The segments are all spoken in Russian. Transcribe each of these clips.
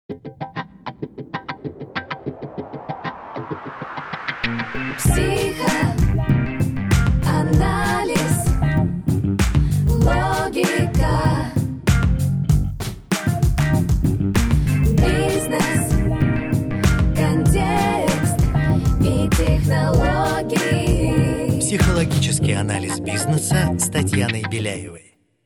Психоанализ, логика, бизнес, контекст и технологии. Психологический анализ бизнеса с Татьяной Беляевой.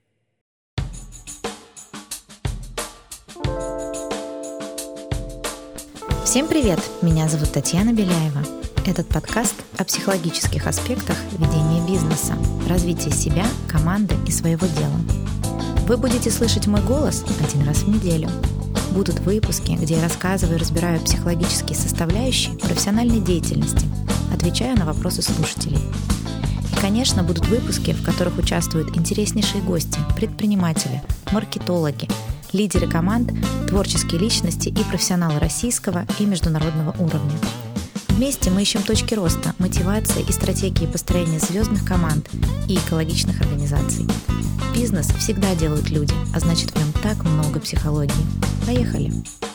Всем привет! Меня зовут Татьяна Беляева. Этот подкаст о психологических аспектах ведения бизнеса, развития себя, команды и своего дела. Вы будете слышать мой голос один раз в неделю. Будут выпуски, где я рассказываю и разбираю психологические составляющие профессиональной деятельности, отвечаю на вопросы слушателей. И, конечно, будут выпуски, в которых участвуют интереснейшие гости, предприниматели, маркетологи, лидеры команд, творческие личности и профессионалы российского и международного уровня. Вместе мы ищем точки роста, мотивации и стратегии построения звездных команд и экологичных организаций. Бизнес всегда делают люди, а значит, в нем так много психологии. Поехали!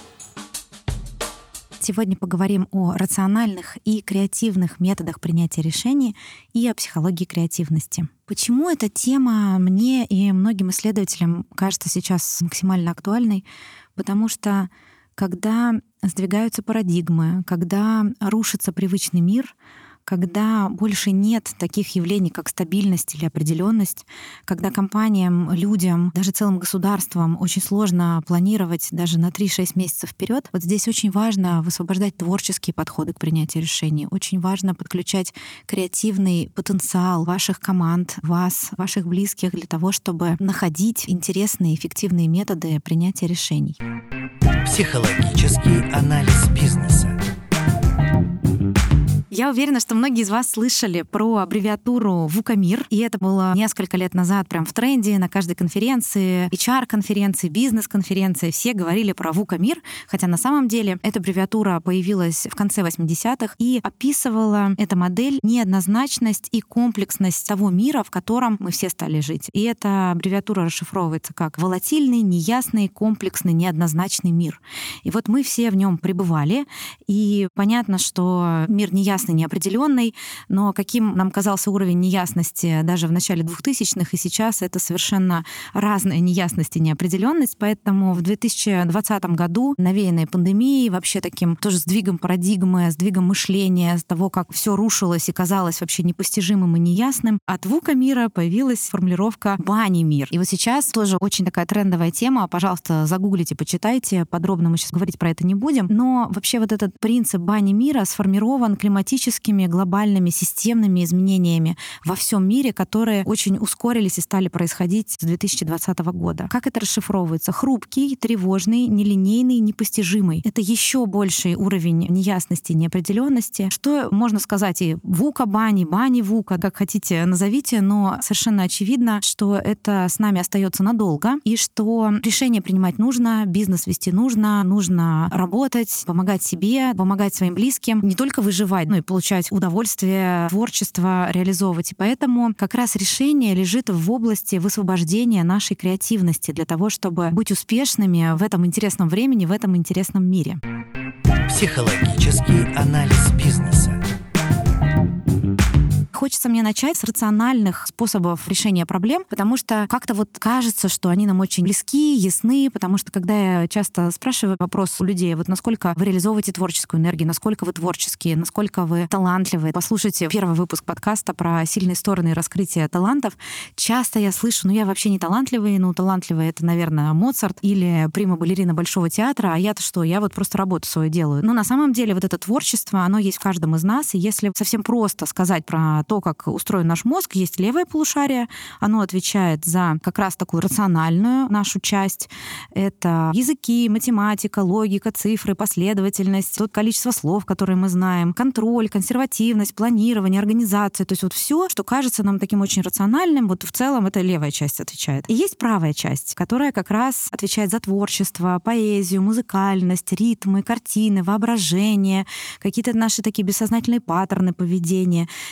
Сегодня поговорим о рациональных и креативных методах принятия решений и о психологии креативности. Почему эта тема мне и многим исследователям кажется сейчас максимально актуальной? Потому что когда сдвигаются парадигмы, когда рушится привычный мир, когда больше нет таких явлений, как стабильность или определенность, когда компаниям, людям, даже целым государствам очень сложно планировать даже на 3-6 месяцев вперед, вот здесь очень важно высвобождать творческие подходы к принятию решений. Очень важно подключать креативный потенциал ваших команд, вас, ваших близких для того, чтобы находить интересные, эффективные методы принятия решений. Психологический анализ бизнеса. Я уверена, что многие из вас слышали про аббревиатуру ВУКА-МИР, и это было несколько лет назад прям в тренде на каждой конференции, HR-конференции, бизнес-конференции, все говорили про ВУКА-МИР, хотя на самом деле эта аббревиатура появилась в конце 80-х и описывала эта модель неоднозначность и комплексность того мира, в котором мы все стали жить. И эта аббревиатура расшифровывается как волатильный, неясный, комплексный, неоднозначный мир. И вот мы все в нем пребывали, и понятно, что мир неясный, неопределенный, но каким нам казался уровень неясности даже в начале 2000-х, и сейчас это совершенно разная неясность и неопределенность. Поэтому в 2020 году, навеянной пандемией, вообще таким тоже сдвигом парадигмы, сдвигом мышления, с того, как все рушилось и казалось вообще непостижимым и неясным, от ВУКА-мира появилась формулировка «бани-мир». И вот сейчас тоже очень такая трендовая тема. Пожалуйста, загуглите, почитайте. Подробно мы сейчас говорить про это не будем. Но вообще вот этот принцип бани-мира сформирован климатическими, глобальными, системными изменениями во всем мире, которые очень ускорились и стали происходить с 2020 года. Как это расшифровывается? Хрупкий, тревожный, нелинейный, непостижимый. Это еще больший уровень неясности и неопределенности. Что можно сказать и ВУКа, бани, ВУКа, как хотите назовите, но совершенно очевидно, что это с нами остается надолго, и что решение принимать нужно, бизнес вести нужно работать, помогать себе, помогать своим близким, не только выживать, но и получать удовольствие, творчество реализовывать. И поэтому как раз решение лежит в области высвобождения нашей креативности для того, чтобы быть успешными в этом интересном времени, в этом интересном мире. Психологический анализ бизнеса. Хочется мне начать с рациональных способов решения проблем, потому что как-то вот кажется, что они нам очень близки, ясны, потому что когда я часто спрашиваю вопрос у людей, вот насколько вы реализовываете творческую энергию, насколько вы творческие, насколько вы талантливые. Послушайте первый выпуск подкаста про сильные стороны и раскрытие талантов. Часто я слышу, я вообще не талантливый, талантливый — это, наверное, Моцарт или прима-балерина Большого театра, а я-то что? Я вот просто работу свою делаю. Но на самом деле вот это творчество, оно есть в каждом из нас, и если совсем просто сказать про то, как устроен наш мозг, есть левое полушарие, оно отвечает за как раз такую рациональную нашу часть. Это языки, математика, логика, цифры, последовательность, то количество слов, которые мы знаем, контроль, консервативность, планирование, организация. То есть вот все, что кажется нам таким очень рациональным, вот в целом это левая часть отвечает. И есть правая часть, которая как раз отвечает за творчество, поэзию, музыкальность, ритмы, картины, воображение, какие-то наши такие бессознательные паттерны поведения, эмоциональность,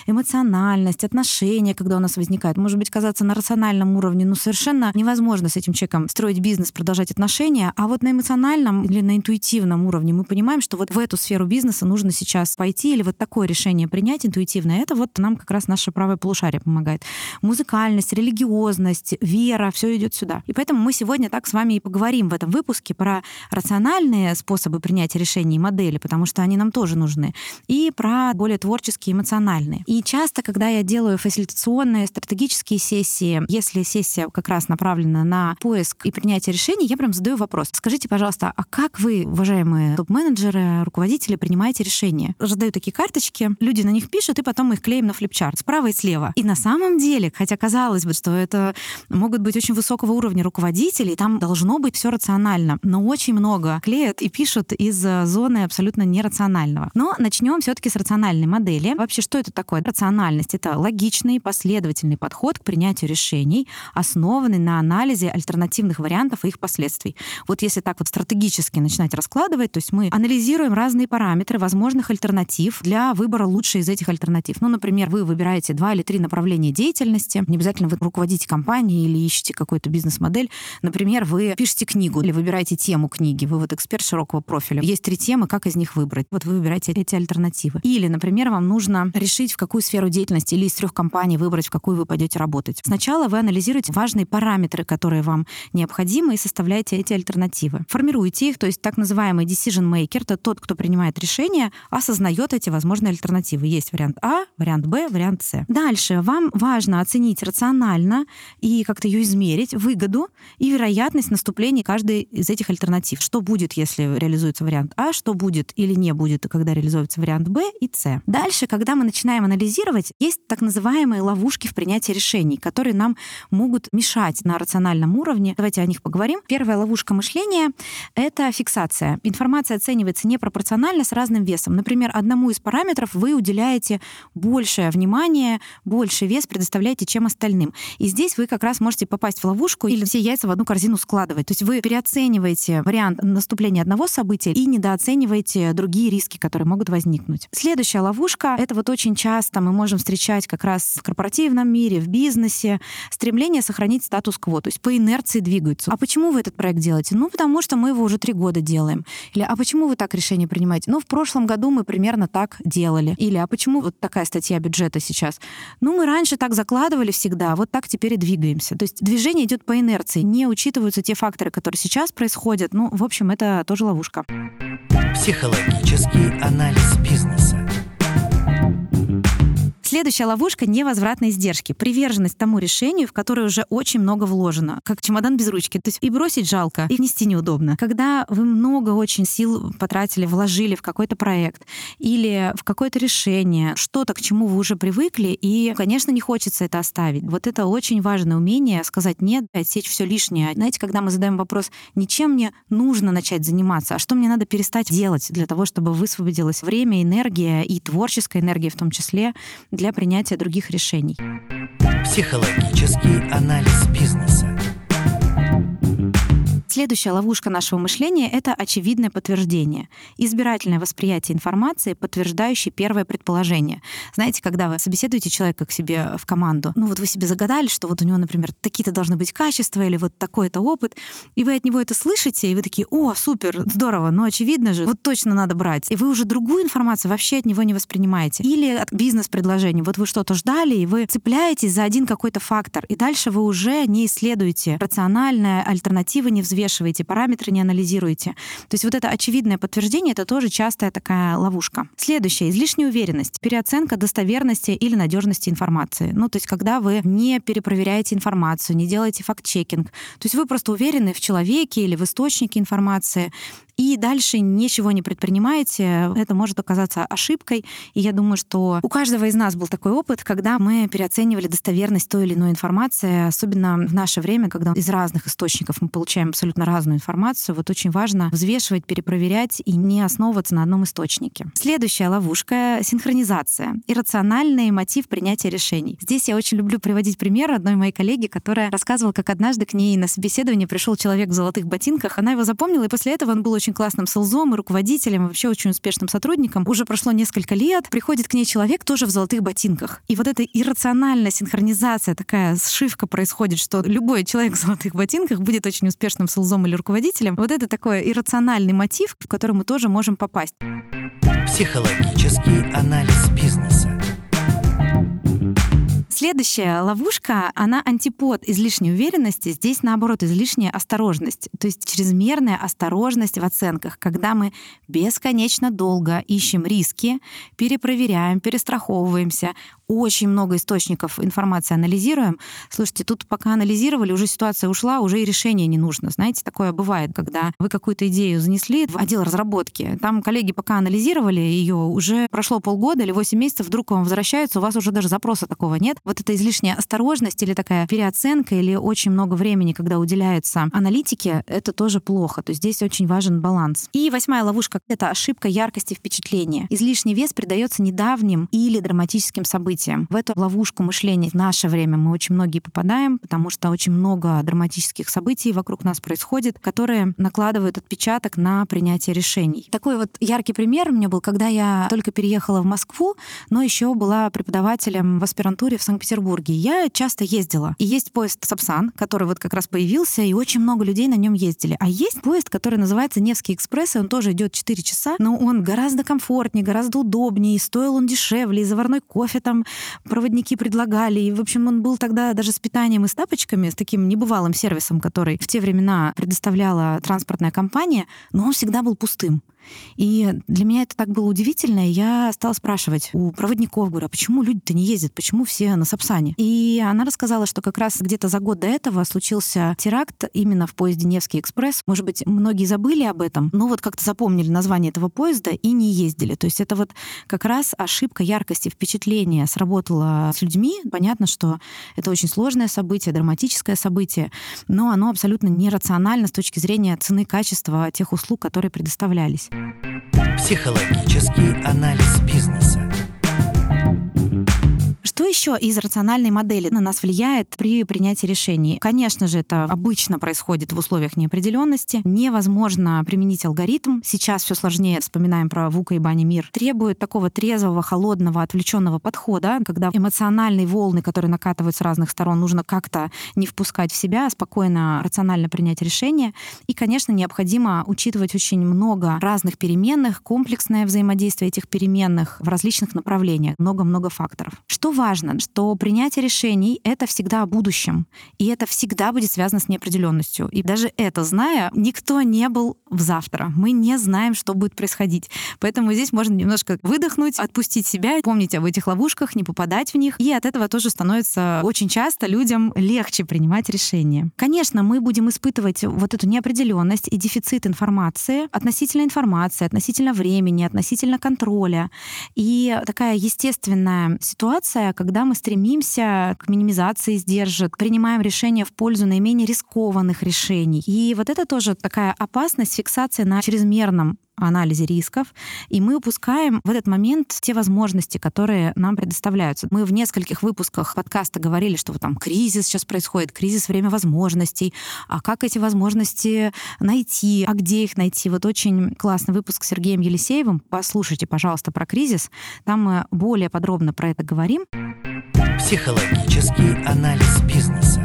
эмоциональность, отношения, когда у нас возникают. Может быть, казаться на рациональном уровне, совершенно невозможно с этим человеком строить бизнес, продолжать отношения, а вот на эмоциональном или на интуитивном уровне мы понимаем, что вот в эту сферу бизнеса нужно сейчас пойти или вот такое решение принять интуитивное. Это вот нам как раз наше правое полушарие помогает. Музыкальность, религиозность, вера, все идет сюда. И поэтому мы сегодня так с вами и поговорим в этом выпуске про рациональные способы принятия решений и модели, потому что они нам тоже нужны, и про более творческие, эмоциональные. И часто, когда я делаю фасилитационные, стратегические сессии, если сессия как раз направлена на поиск и принятие решений, я прям задаю вопрос. Скажите, пожалуйста, а как вы, уважаемые топ-менеджеры, руководители, принимаете решения? Раздаю такие карточки, люди на них пишут, и потом мы их клеим на флипчарт справа и слева. И на самом деле, хотя казалось бы, что это могут быть очень высокого уровня руководителей, там должно быть все рационально, но очень много клеят и пишут из зоны абсолютно нерационального. Но начнем все-таки с рациональной модели. Вообще, что это такое? Рациональность — это логичный, последовательный подход к принятию решений, основанный на анализе альтернативных вариантов и их последствий. Вот если так вот стратегически начинать раскладывать, то есть мы анализируем разные параметры возможных альтернатив для выбора лучшей из этих альтернатив. Например, вы выбираете 2 или 3 направления деятельности, не обязательно вы руководите компанией или ищете какую-то бизнес-модель. Например, вы пишете книгу или выбираете тему книги, вы вот эксперт широкого профиля. Есть 3 темы, как из них выбрать? Вот вы выбираете эти альтернативы. Или, например, вам нужно решить, в какую сферу деятельности или из 3 компаний выбрать, в какую вы пойдете работать. Сначала вы анализируете важные параметры, которые вам необходимы, и составляете эти альтернативы. Формируете их, то есть так называемый decision maker, это тот, кто принимает решение, осознает эти возможные альтернативы. Есть вариант А, вариант Б, вариант С. Дальше вам важно оценить рационально и как-то ее измерить, выгоду и вероятность наступления каждой из этих альтернатив. Что будет, если реализуется вариант А, что будет или не будет, когда реализуется вариант Б и С. Дальше, когда мы начинаем анализировать, есть так называемые ловушки в принятии решений, которые нам могут мешать на рациональном уровне. Давайте о них поговорим. Первая ловушка мышления — это фиксация. Информация оценивается непропорционально с разным весом. Например, одному из параметров вы уделяете большее внимание, больше вес предоставляете, чем остальным. И здесь вы как раз можете попасть в ловушку или все яйца в одну корзину складывать. То есть вы переоцениваете вариант наступления одного события и недооцениваете другие риски, которые могут возникнуть. Следующая ловушка — это вот очень часто мы можем встречать как раз в корпоративном мире, в бизнесе, стремление сохранить статус-кво, то есть по инерции двигаются. А почему вы этот проект делаете? Потому что мы его уже 3 года делаем. Или а почему вы так решение принимаете? В прошлом году мы примерно так делали. Или а почему вот такая статья бюджета сейчас? Мы раньше так закладывали всегда, вот так теперь и двигаемся. То есть движение идет по инерции, не учитываются те факторы, которые сейчас происходят. В общем, это тоже ловушка. Психологический анализ бизнеса. Следующая ловушка — невозвратные издержки. Приверженность тому решению, в которое уже очень много вложено. Как чемодан без ручки. То есть и бросить жалко, и внести неудобно. Когда вы много очень сил потратили, вложили в какой-то проект или в какое-то решение, что-то, к чему вы уже привыкли, и, конечно, не хочется это оставить. Вот это очень важное умение сказать «нет», отсечь все лишнее. Знаете, когда мы задаем вопрос, не чем мне нужно начать заниматься, а что мне надо перестать делать для того, чтобы высвободилось время, энергия и творческая энергия в том числе для принятия других решений. Психологический анализ бизнеса. Следующая ловушка нашего мышления — это очевидное подтверждение. Избирательное восприятие информации, подтверждающей первое предположение. Знаете, когда вы собеседуете человека к себе в команду, вот вы себе загадали, что вот у него, например, такие-то должны быть качества или вот такой-то опыт, и вы от него это слышите, и вы такие: «О, супер, здорово, очевидно же, вот точно надо брать». И вы уже другую информацию вообще от него не воспринимаете. Или от бизнес-предложений. Вот вы что-то ждали, и вы цепляетесь за один какой-то фактор, и дальше вы уже не исследуете рациональные альтернативы, не взвешиваете параметры, не анализируете. То есть вот это очевидное подтверждение — это тоже частая такая ловушка. Следующее — излишняя уверенность, переоценка достоверности или надежности информации. То есть когда вы не перепроверяете информацию, не делаете факт-чекинг. То есть вы просто уверены в человеке или в источнике информации, и дальше ничего не предпринимаете, это может оказаться ошибкой. И я думаю, что у каждого из нас был такой опыт, когда мы переоценивали достоверность той или иной информации, особенно в наше время, когда из разных источников мы получаем абсолютно разную информацию. Вот очень важно взвешивать, перепроверять и не основываться на одном источнике. Следующая ловушка — синхронизация, иррациональный мотив принятия решений. Здесь я очень люблю приводить пример одной моей коллеги, которая рассказывала, как однажды к ней на собеседование пришел человек в золотых ботинках. Она его запомнила, и после этого он был очень очень классным селзом и руководителем, и вообще очень успешным сотрудником. Уже прошло несколько лет, приходит к ней человек тоже в золотых ботинках. И вот эта иррациональная синхронизация, такая сшивка происходит, что любой человек в золотых ботинках будет очень успешным селзом или руководителем. Вот это такой иррациональный мотив, в который мы тоже можем попасть. Психологический анализ бизнеса. Следующая ловушка, она антипод излишней уверенности. Здесь, наоборот, излишняя осторожность. То есть чрезмерная осторожность в оценках, когда мы бесконечно долго ищем риски, перепроверяем, перестраховываемся, очень много источников информации анализируем. Слушайте, тут пока анализировали, уже ситуация ушла, уже и решение не нужно. Знаете, такое бывает, когда вы какую-то идею занесли в отдел разработки, там коллеги пока анализировали ее, уже прошло полгода или 8 месяцев, вдруг к вам возвращаются, у вас уже даже запроса такого нет. Вот эта излишняя осторожность или такая переоценка, или очень много времени, когда уделяется аналитике, это тоже плохо. То есть здесь очень важен баланс. И 8-я ловушка — это ошибка яркости впечатления. Излишний вес придается недавним или драматическим событиям. В эту ловушку мышления в наше время мы очень многие попадаем, потому что очень много драматических событий вокруг нас происходит, которые накладывают отпечаток на принятие решений. Такой вот яркий пример у меня был, когда я только переехала в Москву, но еще была преподавателем в аспирантуре в Санкт-Петербурге. Я часто ездила. И есть поезд Сапсан, который вот как раз появился, и очень много людей на нем ездили. А есть поезд, который называется Невский экспресс, и он тоже идет 4 часа, но он гораздо комфортнее, гораздо удобнее, и стоил он дешевле, и заварной кофе там проводники предлагали. И, в общем, он был тогда даже с питанием и с тапочками, с таким небывалым сервисом, который в те времена предоставляла транспортная компания, но он всегда был пустым. И для меня это так было удивительно, и я стала спрашивать у проводников, говорю, а почему люди-то не ездят, почему все на Сапсане? И она рассказала, что как раз где-то за год до этого случился теракт именно в поезде Невский экспресс. Может быть, многие забыли об этом, но вот как-то запомнили название этого поезда и не ездили. То есть это вот как раз ошибка яркости впечатления сработала с людьми. Понятно, что это очень сложное событие, драматическое событие, но оно абсолютно нерационально с точки зрения цены, качества тех услуг, которые предоставлялись. Психологический анализ бизнеса. Что еще из рациональной модели на нас влияет при принятии решений? Конечно же, это обычно происходит в условиях неопределенности. Невозможно применить алгоритм. Сейчас все сложнее. Вспоминаем про Вука и Баня Мир. Требует такого трезвого, холодного, отвлеченного подхода, когда эмоциональные волны, которые накатывают с разных сторон, нужно как-то не впускать в себя, а спокойно, рационально принять решение. И, конечно, необходимо учитывать очень много разных переменных, комплексное взаимодействие этих переменных в различных направлениях. Много-много факторов. Что важно, что принятие решений — это всегда о будущем, и это всегда будет связано с неопределенностью. И даже это зная, никто не был в завтра. Мы не знаем, что будет происходить. Поэтому здесь можно немножко выдохнуть, отпустить себя, помнить об этих ловушках, не попадать в них. И от этого тоже становится очень часто людям легче принимать решения. Конечно, мы будем испытывать вот эту неопределенность и дефицит информации, относительно времени, относительно контроля. И такая естественная ситуация, когда мы стремимся к минимизации издержек, принимаем решения в пользу наименее рискованных решений. И вот это тоже такая опасность фиксации на чрезмерном анализе рисков, и мы упускаем в этот момент те возможности, которые нам предоставляются. Мы в нескольких выпусках подкаста говорили, что вот там кризис сейчас происходит, кризис — время возможностей, а как эти возможности найти, а где их найти? Вот очень классный выпуск с Сергеем Елисеевым, послушайте, пожалуйста, про кризис, там мы более подробно про это говорим. Психологический анализ бизнеса.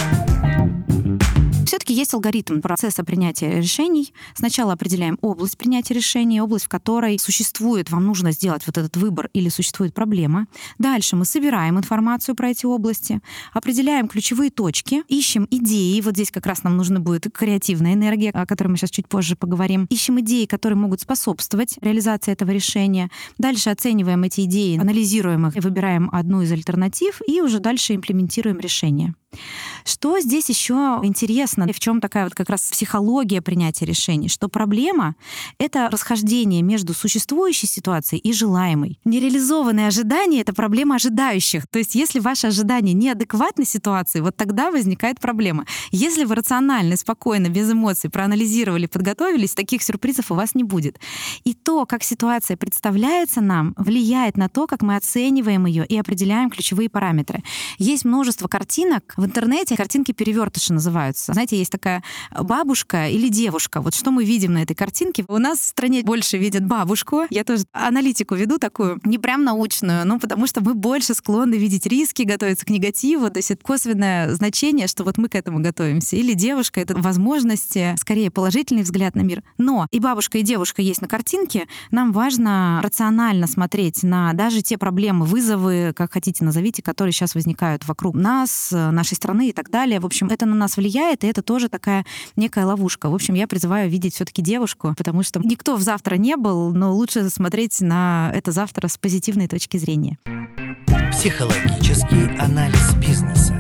Все-таки есть алгоритм процесса принятия решений. Сначала определяем область принятия решений, область, в которой существует, вам нужно сделать вот этот выбор или существует проблема. Дальше мы собираем информацию про эти области, определяем ключевые точки, ищем идеи. Вот здесь как раз нам нужна будет креативная энергия, о которой мы сейчас чуть позже поговорим. Ищем идеи, которые могут способствовать реализации этого решения. Дальше оцениваем эти идеи, анализируем их, выбираем одну из альтернатив и уже дальше имплементируем решение. Что здесь еще интересно, и в чем такая вот как раз психология принятия решений, что проблема — это расхождение между существующей ситуацией и желаемой. Нереализованные ожидания — это проблема ожидающих. То есть если ваши ожидания неадекватны ситуации, вот тогда возникает проблема. Если вы рационально, спокойно, без эмоций проанализировали, подготовились, таких сюрпризов у вас не будет. И то, как ситуация представляется нам, влияет на то, как мы оцениваем ее и определяем ключевые параметры. Есть множество картинок, В интернете картинки перевертыши называются. Знаете, есть такая бабушка или девушка. Вот что мы видим на этой картинке? У нас в стране больше видят бабушку. Я тоже аналитику веду такую, не прям научную, но потому что мы больше склонны видеть риски, готовиться к негативу. То есть это косвенное значение, что вот мы к этому готовимся. Или девушка — это возможности, скорее положительный взгляд на мир. Но и бабушка, и девушка есть на картинке. Нам важно рационально смотреть на даже те проблемы, вызовы, как хотите назовите, которые сейчас возникают вокруг нас, нашей страны и так далее. В общем, это на нас влияет, и это тоже такая некая ловушка. В общем, я призываю видеть все-таки девушку, потому что никто в завтра не был, но лучше смотреть на это завтра с позитивной точки зрения. Психологический анализ бизнеса.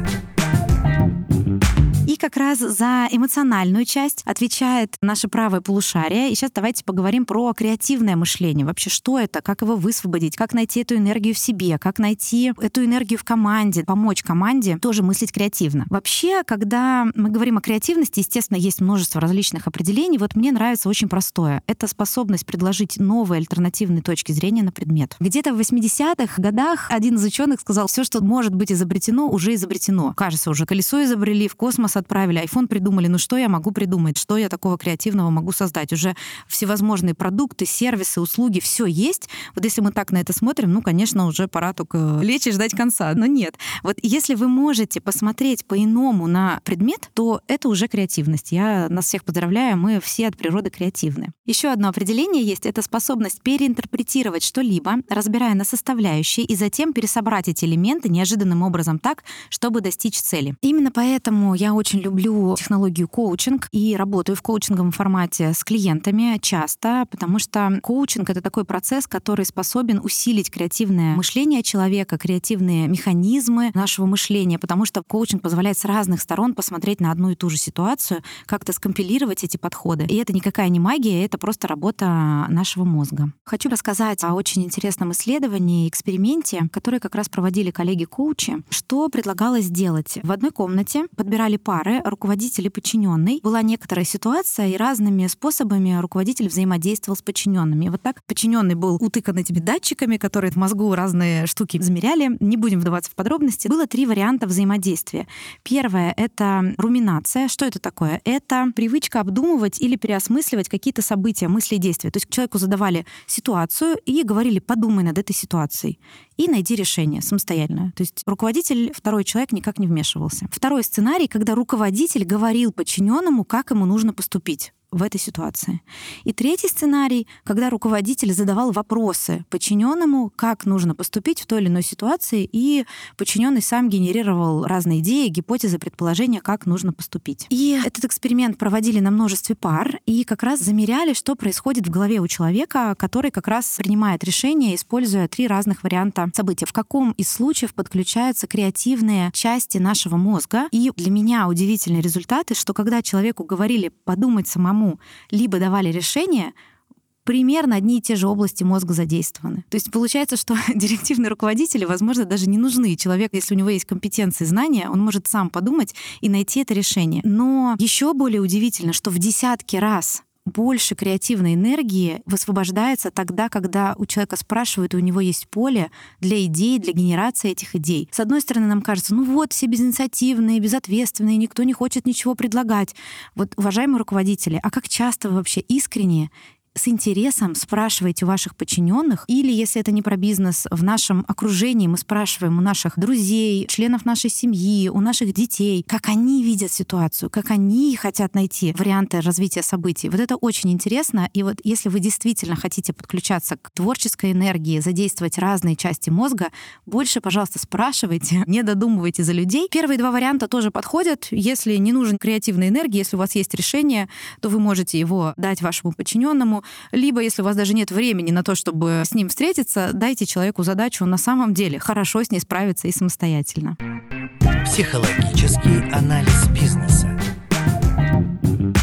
И как раз за эмоциональную часть отвечает наше правое полушарие. И сейчас давайте поговорим про креативное мышление. Вообще, что это, как его высвободить, как найти эту энергию в себе, как найти эту энергию в команде, помочь команде тоже мыслить креативно. Вообще, когда мы говорим о креативности, естественно, есть множество различных определений. Вот мне нравится очень простое. Это способность предложить новые альтернативные точки зрения на предмет. Где-то в 80-х годах один из ученых сказал, все, что может быть изобретено, уже изобретено. Кажется, уже колесо изобрели, в космос отправили, iPhone придумали. Ну что я могу придумать? Что я такого креативного могу создать? Уже всевозможные продукты, сервисы, услуги, все есть. Вот если мы так на это смотрим, ну, конечно, уже пора только лечь и ждать конца. Но нет. Вот если вы можете посмотреть по-иному на предмет, то это уже креативность. Я нас всех поздравляю, мы все от природы креативны. Еще одно определение есть — это способность переинтерпретировать что-либо, разбирая на составляющие, и затем пересобрать эти элементы неожиданным образом так, чтобы достичь цели. Именно поэтому я очень люблю технологию коучинг и работаю в коучинговом формате с клиентами часто, потому что коучинг — это такой процесс, который способен усилить креативное мышление человека, креативные механизмы нашего мышления, потому что коучинг позволяет с разных сторон посмотреть на одну и ту же ситуацию, как-то скомпилировать эти подходы. И это никакая не магия, это просто работа нашего мозга. Хочу рассказать о очень интересном исследовании, эксперименте, который как раз проводили коллеги-коучи. Что предлагалось сделать? В одной комнате подбирали пары, руководитель и подчиненный. Была некоторая ситуация, и разными способами руководитель взаимодействовал с подчиненными. И вот так подчиненный был утыкан этими датчиками, которые в мозгу разные штуки замеряли. Не будем вдаваться в подробности. Было 3 варианта взаимодействия. Первое — это руминация. Что это такое? Это привычка обдумывать или переосмысливать какие-то события, мысли и действия. То есть человеку задавали ситуацию и говорили: подумай над этой ситуацией и найди решение самостоятельно. То есть руководитель, второй человек, никак не вмешивался. Второй сценарий, когда руководитель говорил подчиненному, как ему нужно поступить в этой ситуации. И третий сценарий, когда руководитель задавал вопросы подчиненному, как нужно поступить в той или иной ситуации, и подчиненный сам генерировал разные идеи, гипотезы, предположения, как нужно поступить. И этот эксперимент проводили на множестве пар и как раз замеряли, что происходит в голове у человека, который как раз принимает решение, используя 3 разных варианта событий. В каком из случаев подключаются креативные части нашего мозга. И для меня удивительные результаты, что когда человеку говорили подумать самому, либо давали решение, примерно одни и те же области мозга задействованы. То есть получается, что директивные руководители, возможно, даже не нужны. Человек, если у него есть компетенции, знания, он может сам подумать и найти это решение. Но еще более удивительно, что в десятки раз больше креативной энергии высвобождается тогда, когда у человека спрашивают, и у него есть поле для идей, для генерации этих идей. С одной стороны, нам кажется, ну вот, все безинициативные, безответственные, никто не хочет ничего предлагать. Вот, уважаемые руководители, а как часто вы вообще искренне с интересом спрашиваете у ваших подчиненных, или, если это не про бизнес, в нашем окружении мы спрашиваем у наших друзей, членов нашей семьи, у наших детей, как они видят ситуацию, как они хотят найти варианты развития событий. Вот это очень интересно. И вот если вы действительно хотите подключаться к творческой энергии, задействовать разные части мозга, больше, пожалуйста, спрашивайте, не додумывайте за людей. Первые 2 варианта тоже подходят. Если не нужен креативной энергии, если у вас есть решение, то вы можете его дать вашему подчиненному. Либо, если у вас даже нет времени на то, чтобы с ним встретиться, дайте человеку задачу на самом деле хорошо с ней справиться и самостоятельно. Психологический анализ бизнеса.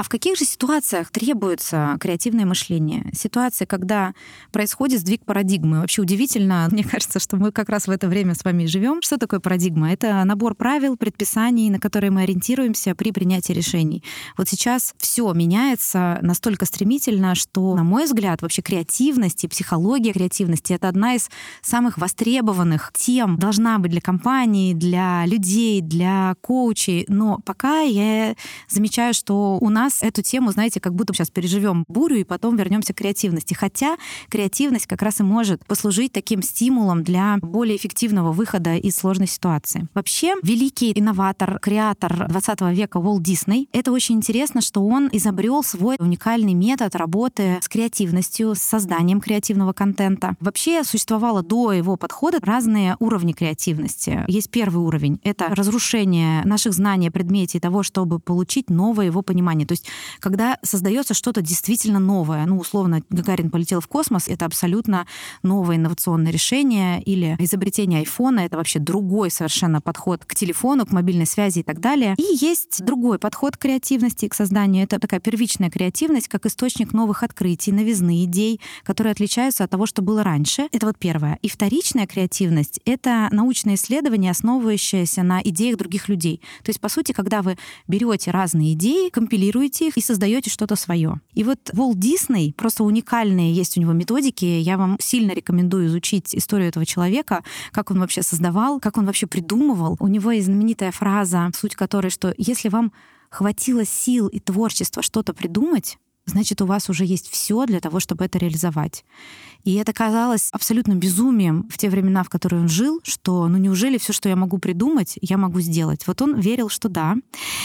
А в каких же ситуациях требуется креативное мышление? Ситуации, когда происходит сдвиг парадигмы. Вообще удивительно, мне кажется, что мы как раз в это время с вами живем. Что такое парадигма? Это набор правил, предписаний, на которые мы ориентируемся при принятии решений. Вот сейчас все меняется настолько стремительно, что, на мой взгляд, вообще креативность и психология креативности — это одна из самых востребованных тем, должна быть для компаний, для людей, для коучей. Но пока я замечаю, что у нас эту тему, знаете, как будто сейчас переживем бурю и потом вернемся к креативности. Хотя креативность как раз и может послужить таким стимулом для более эффективного выхода из сложной ситуации. Вообще, великий инноватор, креатор 20 века Уолт Дисней, это очень интересно, что он изобрел свой уникальный метод работы с креативностью, с созданием креативного контента. Вообще существовало до его подхода разные уровни креативности. Есть первый уровень — это разрушение наших знаний о предмете и того, чтобы получить новое его понимание. То есть, когда создается что-то действительно новое, условно, Гагарин полетел в космос, это абсолютно новое инновационное решение, или изобретение айфона — это вообще другой совершенно подход к телефону, к мобильной связи и так далее. И есть другой подход к креативности, к созданию. Это такая первичная креативность, как источник новых открытий, новизны, идей, которые отличаются от того, что было раньше. Это вот первое. И вторичная креативность — это научное исследование, основывающееся на идеях других людей. То есть, по сути, когда вы берете разные идеи, компилируете их и создаете что-то свое. И вот Уолт Дисней, просто уникальные есть у него методики. Я вам сильно рекомендую изучить историю этого человека, как он вообще создавал, как он вообще придумывал. У него есть знаменитая фраза, суть которой, что если вам хватило сил и творчества что-то придумать, значит, у вас уже есть все для того, чтобы это реализовать. И это казалось абсолютно безумием в те времена, в которые он жил, что неужели все, что я могу придумать, я могу сделать? Вот он верил, что да.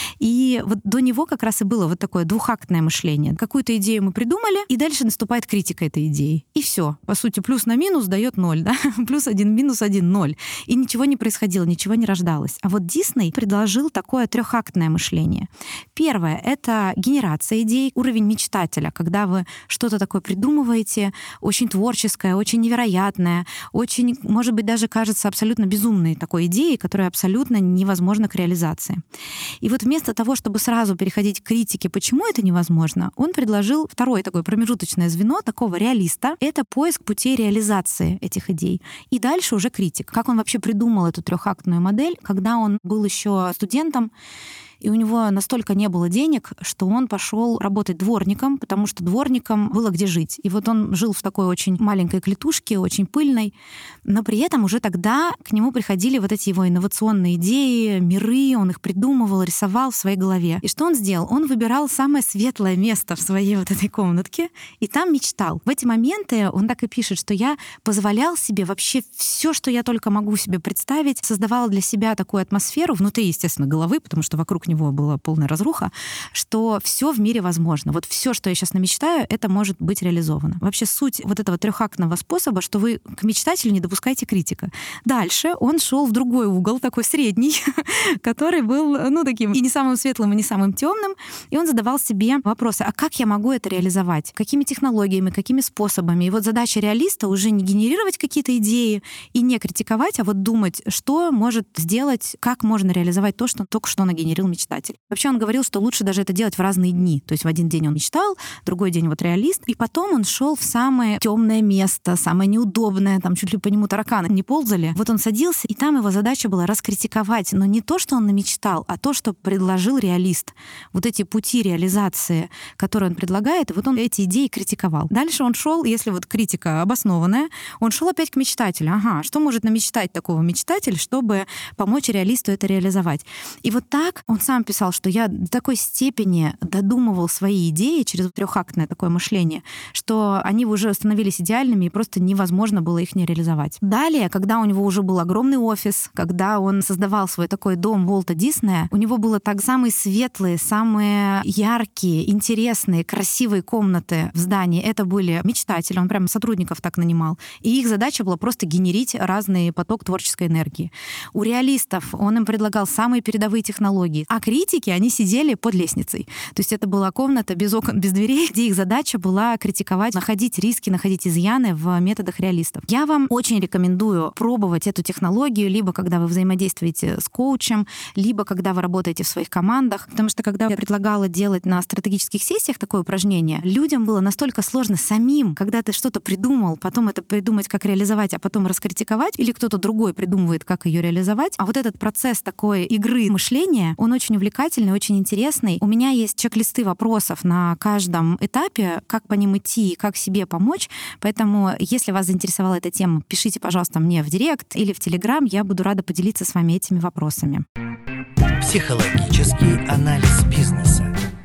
И вот до него как раз и было вот такое двухактное мышление. Какую-то идею мы придумали, и дальше наступает критика этой идеи. И все. По сути, плюс на минус дает 0, да? Плюс 1, минус 1, 0. И ничего не происходило, ничего не рождалось. А вот Дисней предложил такое трехактное мышление. Первое — это генерация идей, уровень мечтателя, когда вы что-то такое придумываете, очень творческое, очень невероятное, очень, может быть, даже кажется абсолютно безумной такой идеей, которая абсолютно невозможна к реализации. И вот вместо того, чтобы сразу переходить к критике, почему это невозможно, он предложил второе такое промежуточное звено такого реалиста. Это поиск путей реализации этих идей. И дальше уже критик. Как он вообще придумал эту трехактную модель, когда он был еще студентом, и у него настолько не было денег, что он пошел работать дворником, потому что дворникам было где жить. И вот он жил в такой очень маленькой клетушке, очень пыльной, но при этом уже тогда к нему приходили вот эти его инновационные идеи, миры, он их придумывал, рисовал в своей голове. И что он сделал? Он выбирал самое светлое место в своей вот этой комнатке и там мечтал. В эти моменты он так и пишет, что я позволял себе вообще все, что я только могу себе представить, создавал для себя такую атмосферу внутри, естественно, головы, потому что вокруг него была полная разруха, что все в мире возможно. Вот все, что я сейчас намечтаю, это может быть реализовано. Вообще суть вот этого трехактного способа, что вы к мечтателю не допускаете критика. Дальше он шел в другой угол, такой средний, который был, таким и не самым светлым, и не самым темным, и он задавал себе вопросы: а как я могу это реализовать? Какими технологиями, какими способами? И вот задача реалиста уже не генерировать какие-то идеи и не критиковать, а вот думать, что может сделать, как можно реализовать то, что только что нагенерил мечтатель. Вообще он говорил, что лучше даже это делать в разные дни. То есть в один день он мечтал, другой день вот реалист, и потом он шел в самое темное место, самое неудобное, там чуть ли по нему тараканы не ползали. Вот он садился, и там его задача была раскритиковать, но не то, что он намечтал, а то, что предложил реалист. Вот эти пути реализации, которые он предлагает, вот он эти идеи критиковал. Дальше он шел, если вот критика обоснованная, он шел опять к мечтателю. Ага, что может намечтать такого мечтатель, чтобы помочь реалисту это реализовать? И вот так он сам писал, что я до такой степени додумывал свои идеи через трехактное такое мышление, что они уже становились идеальными, и просто невозможно было их не реализовать. Далее, когда у него уже был огромный офис, когда он создавал свой такой дом Уолта Диснея, у него было так самые светлые, самые яркие, интересные, красивые комнаты в здании. Это были мечтатели, он прямо сотрудников так нанимал. И их задача была просто генерить разный поток творческой энергии. У реалистов он им предлагал самые передовые технологии. А критики, они сидели под лестницей. То есть это была комната без окон, без дверей, где их задача была критиковать, находить риски, находить изъяны в методах реалистов. Я вам очень рекомендую пробовать эту технологию, либо когда вы взаимодействуете с коучем, либо когда вы работаете в своих командах. Потому что когда я предлагала делать на стратегических сессиях такое упражнение, людям было настолько сложно самим, когда ты что-то придумал, потом это придумать, как реализовать, а потом раскритиковать, или кто-то другой придумывает, как ее реализовать. А вот этот процесс такой игры мышления, он очень увлекательный, очень интересный. У меня есть чек-листы вопросов на каждом этапе, как по ним идти, как себе помочь. Поэтому, если вас заинтересовала эта тема, пишите, пожалуйста, мне в директ или в Телеграм. Я буду рада поделиться с вами этими вопросами. Психологический анализ бизнеса.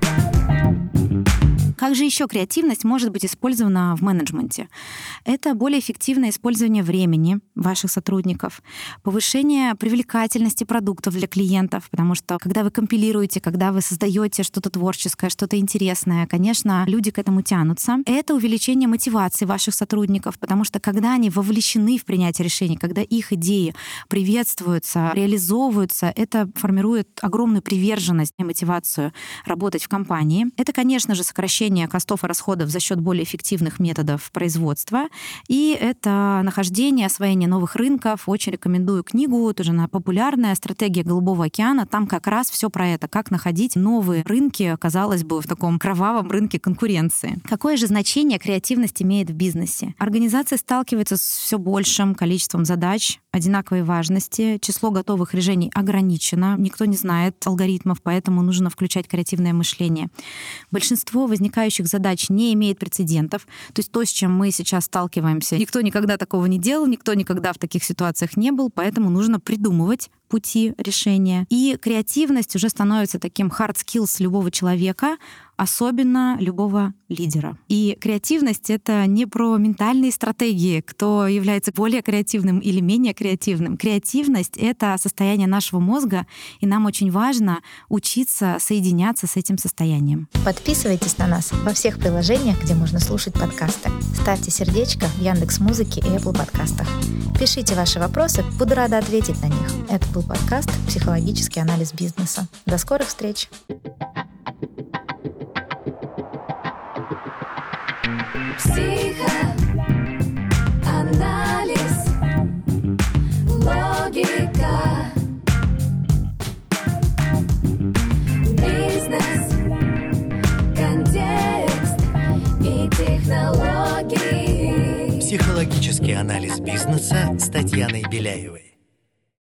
Как же еще креативность может быть использована в менеджменте? Это более эффективное использование времени ваших сотрудников, повышение привлекательности продуктов для клиентов, потому что когда вы компилируете, когда вы создаете что-то творческое, что-то интересное, конечно, люди к этому тянутся. Это увеличение мотивации ваших сотрудников, потому что когда они вовлечены в принятие решений, когда их идеи приветствуются, реализовываются, это формирует огромную приверженность и мотивацию работать в компании. Это, конечно же, сокращение костов и расходов за счет более эффективных методов производства. И это нахождение, освоение новых рынков. Очень рекомендую книгу, тоже она популярная, «Стратегия Голубого океана». Там как раз все про это, как находить новые рынки, казалось бы, в таком кровавом рынке конкуренции. Какое же значение креативность имеет в бизнесе? Организация сталкивается с все большим количеством задач одинаковой важности. Число готовых решений ограничено. Никто не знает алгоритмов, поэтому нужно включать креативное мышление. Большинство возникающих задач не имеет прецедентов. То есть то, с чем мы сейчас сталкиваемся, никто никогда такого не делал, никто никогда в таких ситуациях не был, поэтому нужно придумывать пути решения. И креативность уже становится таким hard skills любого человека, особенно любого лидера. И креативность — это не про ментальные стратегии, кто является более креативным или менее креативным. Креативность — это состояние нашего мозга, и нам очень важно учиться соединяться с этим состоянием. Подписывайтесь на нас во всех приложениях, где можно слушать подкасты. Ставьте сердечко в Яндекс.Музыке и Apple подкастах. Пишите ваши вопросы, буду рада ответить на них. Это был подкаст «Психологический анализ бизнеса». До скорых встреч! Психоанализ, логика, бизнес, контекст и технологии. Психологический анализ бизнеса с Татьяной Беляевой.